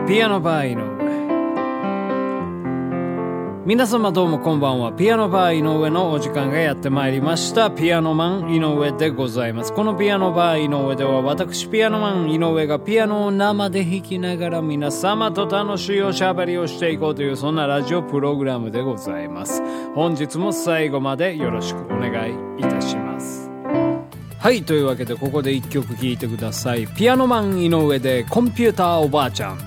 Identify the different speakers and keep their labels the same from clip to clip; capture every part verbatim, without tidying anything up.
Speaker 1: ピアノバー井上。皆様どうもこんばんは。ピアノバー井上のお時間がやってまいりました。ピアノマン井上でございます。このピアノバー井上では、私ピアノマン井上がピアノを生で弾きながら皆様と楽しいおしゃべりをしていこうという、そんなラジオプログラムでございます。本日も最後までよろしくお願いいたします。はい、というわけでここで一曲聴いてください。ピアノマン井上でコンピューターおばあちゃん。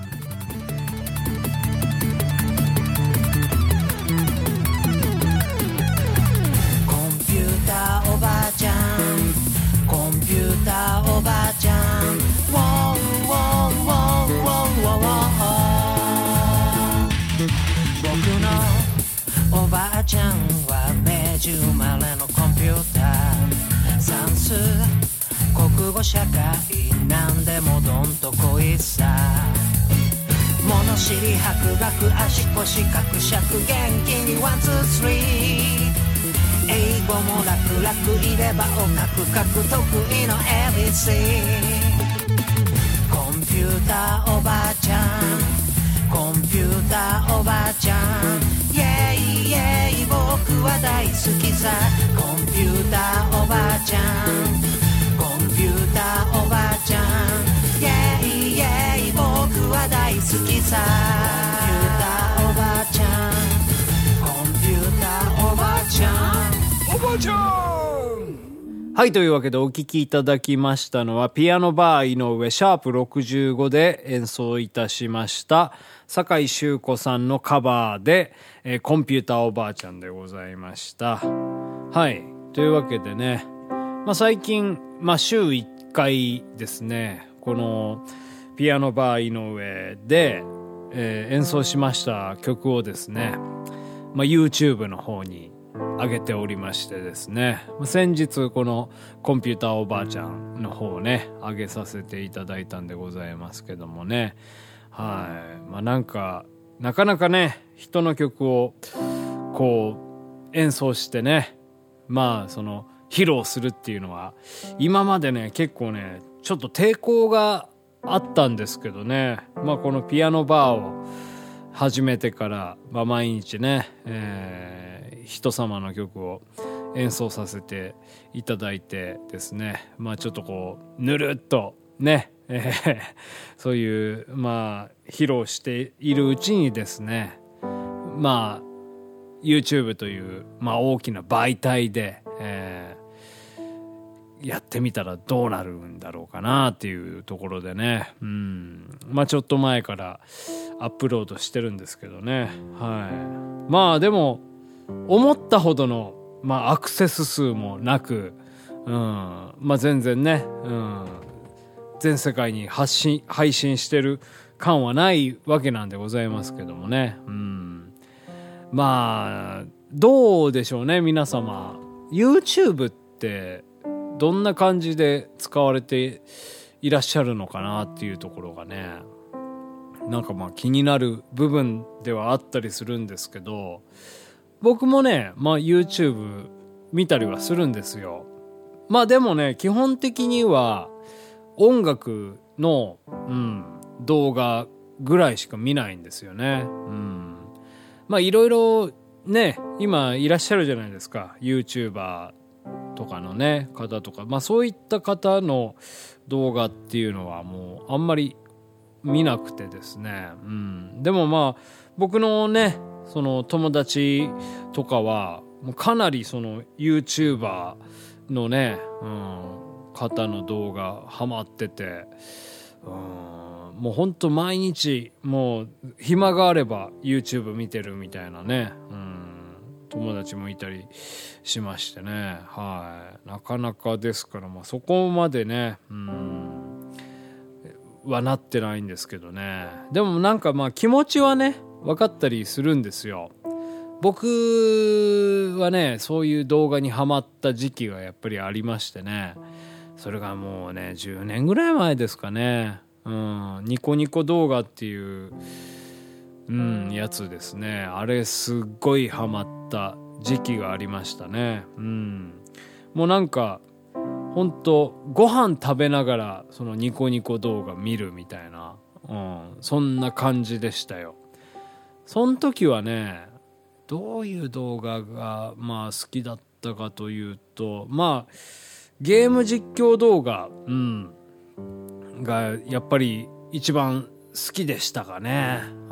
Speaker 2: おばあちゃん、ウォンウォンウォンウォンウォンウォン。僕のおばあちゃんは明治生まれのコンピューター、算数、国語、社会、なんでもどんとこいさ。物知り、博学、足腰、格尺、元気にワンツースリー。英語も楽々いればおかくかく得意の エービーシー。 コンピューターおばあちゃん、コンピューターおばあちゃん、イェイイェイ僕は大好きさ。コンピューターおばあちゃん、コンピューターおばあちゃん、イェイイェイ僕は大好きさ。コンピューターおばあちゃん、コンピューターおばあちゃん、おばあちゃん。
Speaker 1: はい、というわけでお聴きいただきましたのは、ピアノバー井上シャープろくじゅうごで演奏いたしました坂井秀子さんのカバーで、えー、コンピューターおばあちゃんでございました。はい、というわけでね、まあ、最近、まあ、週いっかいですね、このピアノバー井上で、えー、演奏しました曲をですね、まあ、YouTube の方に上げておりましてですね、先日このコンピューターおばあちゃんの方をね上げさせていただいたんでございますけどもね、はい、まあなんかなかなかね人の曲をこう演奏してね、まあその披露するっていうのは今までね結構ねちょっと抵抗があったんですけどね、まあこのピアノバーを始めてから、まあ、毎日ね、えー、人様の曲を演奏させていただいてですね、まあちょっとこうぬるっとね、えー、そういうまあ披露しているうちにですね、まあ YouTube という、まあ、大きな媒体で、えー、やってみたらどうなるんだろうかなっていうところでね、うん、まあちょっと前からアップロードしてるんですけどね、はい、まあでも思ったほどの、まあ、アクセス数もなく、うん、まあ全然ね、うん、全世界に発信配信してる感はないわけなんでございますけどもね、うん、まあどうでしょうね皆様。 YouTube ってどんな感じで使われていらっしゃるのかなっていうところがね、なんかまあ気になる部分ではあったりするんですけど、僕もね、まあ YouTube 見たりはするんですよ。まあでもね、基本的には音楽の、うん、動画ぐらいしか見ないんですよね。うん、まあいろいろね、今いらっしゃるじゃないですか。YouTuber とかのね、方とか、まあそういった方の動画っていうのはもうあんまり見なくてですね、うん、でもまあ僕のねその友達とかはもうかなりその YouTuber のね、うん、方の動画ハマってて、うん、もうほんと毎日もう暇があれば YouTube 見てるみたいなね、うん、友達もいたりしましてね、はい、なかなかですから、まあ、そこまでね、うんはなってないんですけどね。でもなんかまあ気持ちはね分かったりするんですよ。僕はねそういう動画にハマった時期がやっぱりありましてね、それがもうねじゅうねんぐらい前ですかね、うん、ニコニコ動画っていう、うん、やつですね。あれすっごいハマった時期がありましたね、うん、もうなんかほんとご飯食べながらそのニコニコ動画見るみたいな、 うん、そんな感じでしたよ。その時はね、どういう動画がまあ好きだったかというと、まあゲーム実況動画、うん、がやっぱり一番好きでしたかね。うん、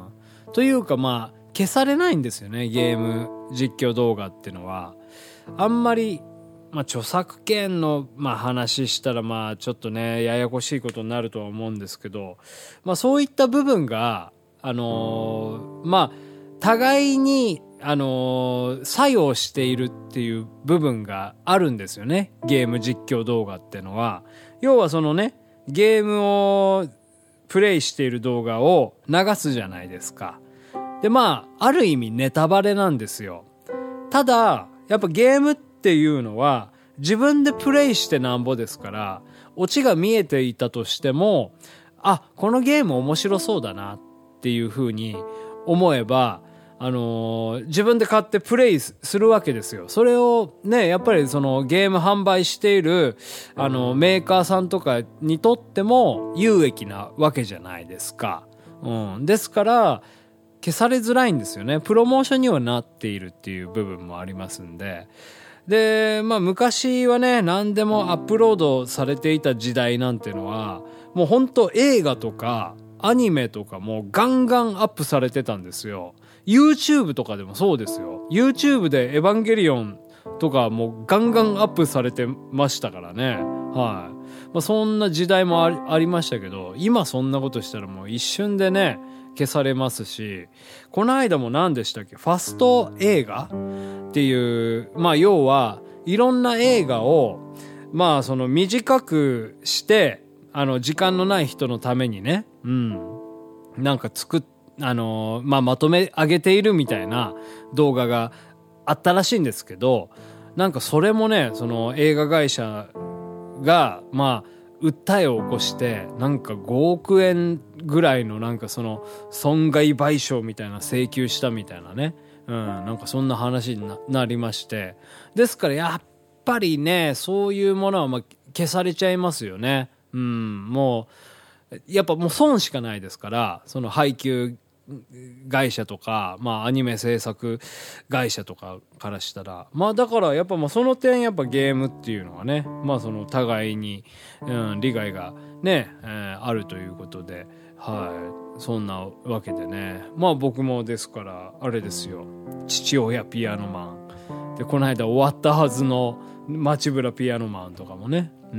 Speaker 1: というかまあ消されないんですよね、ゲーム実況動画っていうのは。あんまり、まあ、著作権の、まあ、話したらまあちょっとねややこしいことになるとは思うんですけど、まあ、そういった部分があのー、まあ互いにあのー、作用しているっていう部分があるんですよね、ゲーム実況動画ってのは。要はそのね、ゲームをプレイしている動画を流すじゃないですか。でまあある意味ネタバレなんですよ。ただやっぱゲームっていうのは自分でプレイしてなんぼですから、オチが見えていたとしても、あ、このゲーム面白そうだなっていう風に思えば、あのー、自分で買ってプレイするわけですよ。それをね、やっぱりそのゲーム販売しているあのメーカーさんとかにとっても有益なわけじゃないですか。うん、ですから消されづらいんですよね。プロモーションにはなっているっていう部分もありますんで。で、まあ昔はね、何でもアップロードされていた時代なんてのは、もう本当映画とかアニメとかもガンガンアップされてたんですよ。YouTube とかでもそうですよ。YouTube でエヴァンゲリオンとかもうガンガンアップされてましたからね。はい。まあそんな時代もあり、ありましたけど、今そんなことしたらもう一瞬でね、消されますし、この間も何でしたっけ、ファスト映画っていう、まあ要はいろんな映画をまあその短くして、あの時間のない人のためにね、うん、なんか作っあのまあまとめ上げているみたいな動画があったらしいんですけど、なんかそれもね、その映画会社がまあ訴えを起こして、なんかごおくえんぐらいのなんかその損害賠償みたいな請求したみたいなね、うん、なんかそんな話に な, なりまして、ですからやっぱりね、そういうものはまあ消されちゃいますよね。うん、もうやっぱもう損しかないですから、その配給会社とか、まあアニメ制作会社とかからしたら、まあだからやっぱまあその点やっぱゲームっていうのはね、まあその互いに、うん、利害がね、えー、あるということで、はい、そんなわけでね、まあ僕もですからあれですよ、父親ピアノマンでこの間終わったはずの街ブラピアノマンとかもね、うん、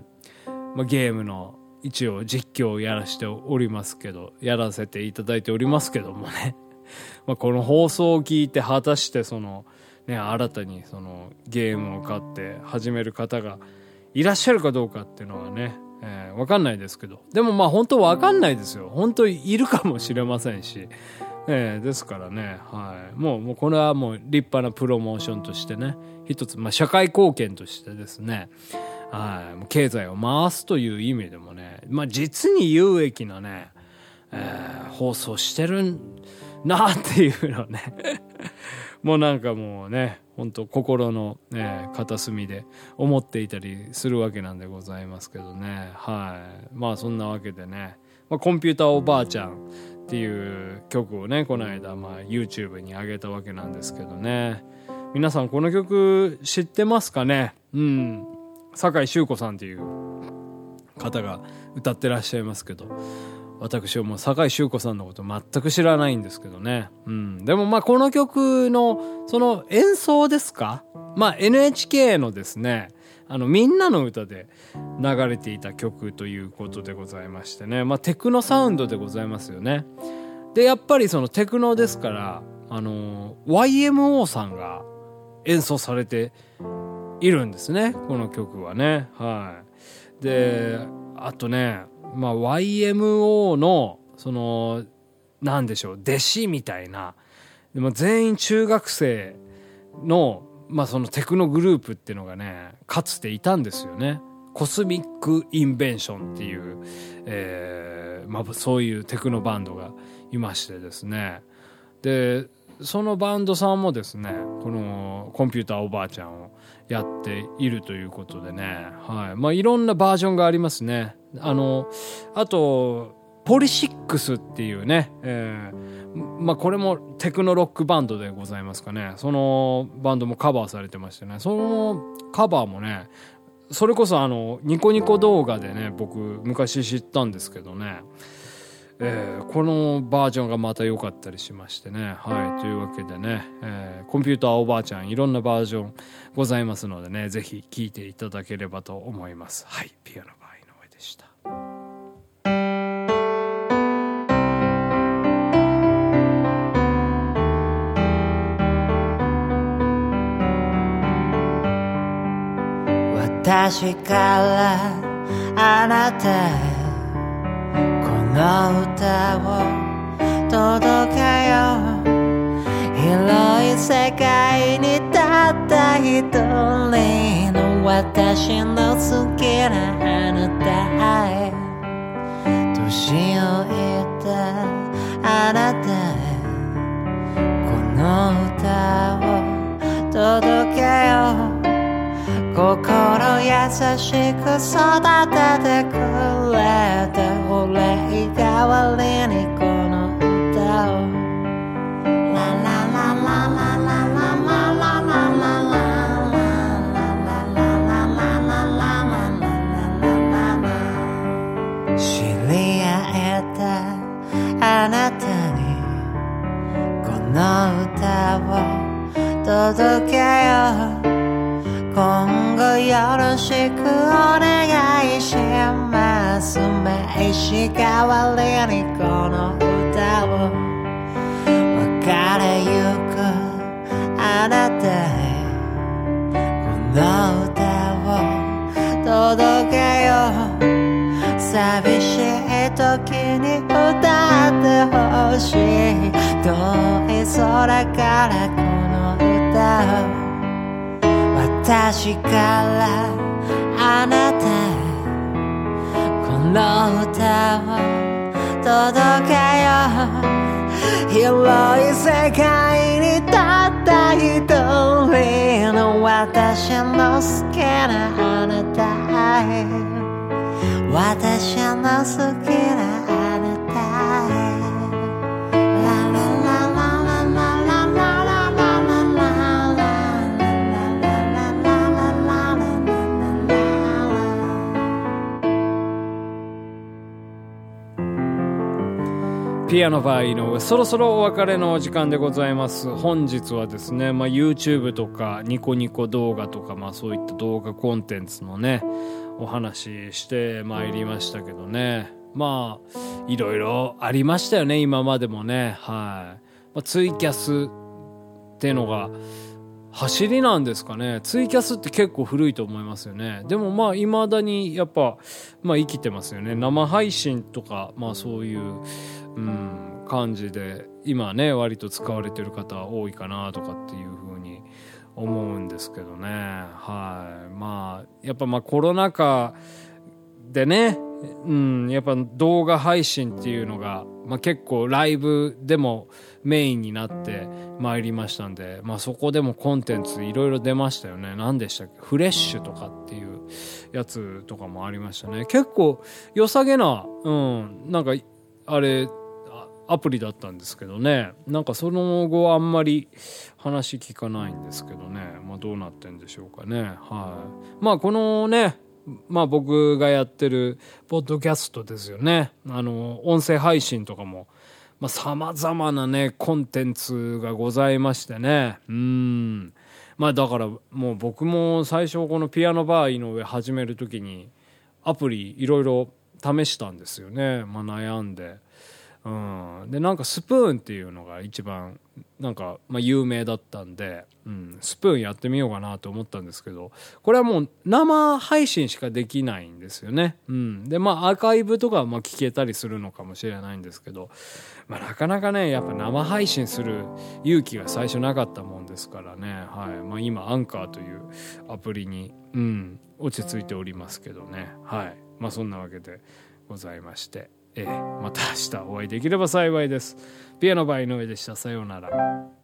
Speaker 1: まあゲームの一応実況をやらせておりますけど、やらせていただいておりますけどもねまあこの放送を聞いて果たしてそのね、新たにそのゲームを買って始める方がいらっしゃるかどうかっていうのはね、えー、分かんないですけど、でもまあ本当分かんないですよ。本当いるかもしれませんし、えー、ですからね、はい、もうもうこれはもう立派なプロモーションとしてね、一つ、まあ、社会貢献としてですね、はい、経済を回すという意味でもね、まあ、実に有益なね、えー、放送してるなっていうのねもうなんかもうね、本当心の、ね、片隅で思っていたりするわけなんでございますけどね、はい、まあそんなわけでね、まあ、コンピューターおばあちゃんっていう曲をね、この間、まあ、YouTube に上げたわけなんですけどね、皆さんこの曲知ってますかね。うん、坂井秀子さんっていう方が歌ってらっしゃいますけど、私はもう坂井秀子さんのこと全く知らないんですけどね、うん、でもまあこの曲のその演奏ですか、まあ エヌエイチケー のですね、あのみんなの歌で流れていた曲ということでございましてね、まあテクノサウンドでございますよね。でやっぱりそのテクノですから、あの ワイエムオー さんが演奏されているんですね、この曲はね。はい。で、あとね、まあ ワイエムオー のそのなんでしょう、弟子みたいな、でも全員中学生のまあそのテクノグループっていうのがね、かつていたんですよね。コスミックインベンションっていう、えー、まあそういうテクノバンドがいましてですね。で、そのバンドさんもですね、このコンピューターおばあちゃんをやっているということでね、はい、まあいろんなバージョンがありますね。あのあとポリシックスっていうね、えー、まあこれもテクノロックバンドでございますかね。そのバンドもカバーされてましてね、そのカバーもね、それこそあのニコニコ動画でね、僕昔知ったんですけどね、えー、このバージョンがまた良かったりしましてね。はい、というわけでね、えー、コンピューターおばあちゃんいろんなバージョンございますのでね、ぜひ聴いていただければと思います。はい、ピアノバー井上でした。
Speaker 2: 私からあなたへこの歌を届けよう。広い世界にたった一人の私の好きなあなたへ、年老いたあなたへこの歌を届けよう。心優しく育ててくれたお礼代わりにこの歌をラララララララララララ知り合えたあなたにこの歌を届けよう。今後よろしくお願いします。名刺代わりにこの歌を別れゆくあなたへこの歌を届けよう。寂しい時に歌ってほしい遠い空からこの歌を私からあなたへこの歌を届けよう。広い世界にたった一人の私の好きなあなたへ、私の好きなあなたへ
Speaker 1: ピアノバー井上、そろそろお別れのお時間でございます。本日はですね、まあ、YouTube とかニコニコ動画とか、まあ、そういった動画コンテンツのねお話してまいりましたけどね、まあいろいろありましたよね今までもね。はい、まあ、ツイキャスっていうのが走りなんですかね。ツイキャスって結構古いと思いますよね。でもまあ未だにやっぱ、まあ、生きてますよね。生配信とか、まあそういううん、感じで今ね割と使われてる方多いかなとかっていう風に思うんですけどね。はい、まあやっぱまあコロナ禍でね、うん、やっぱ動画配信っていうのが、まあ、結構ライブでもメインになってまいりましたんで、まあそこでもコンテンツいろいろ出ましたよね。何でしたっけ、フレッシュとかっていうやつとかもありましたね。結構良さげな、うん、なんかあれアプリだったんですけどね、なんかその後あんまり話聞かないんですけどね、まあどうなってんでしょうかね。はい、まあこのね、まあ僕がやってるポッドキャストですよね、あの音声配信とかもまあ様々なねコンテンツがございましてね、うーん、まあだからもう僕も最初このピアノバー井上始めるときにアプリいろいろ試したんですよね。まあ悩んで、うん、でなんかスプーンっていうのが一番なんか、まあ、有名だったんで、うん、スプーンやってみようかなと思ったんですけど、これはもう生配信しかできないんですよね。うん、でまあアーカイブとかはまあ聞けたりするのかもしれないんですけど、まあ、なかなかねやっぱ生配信する勇気が最初なかったもんですからね。はい、まあ、今アンカーというアプリに、うん、落ち着いておりますけどね。はい、まあそんなわけでございまして、えー、また明日お会いできれば幸いです。ピアノバー井上でした。さようなら。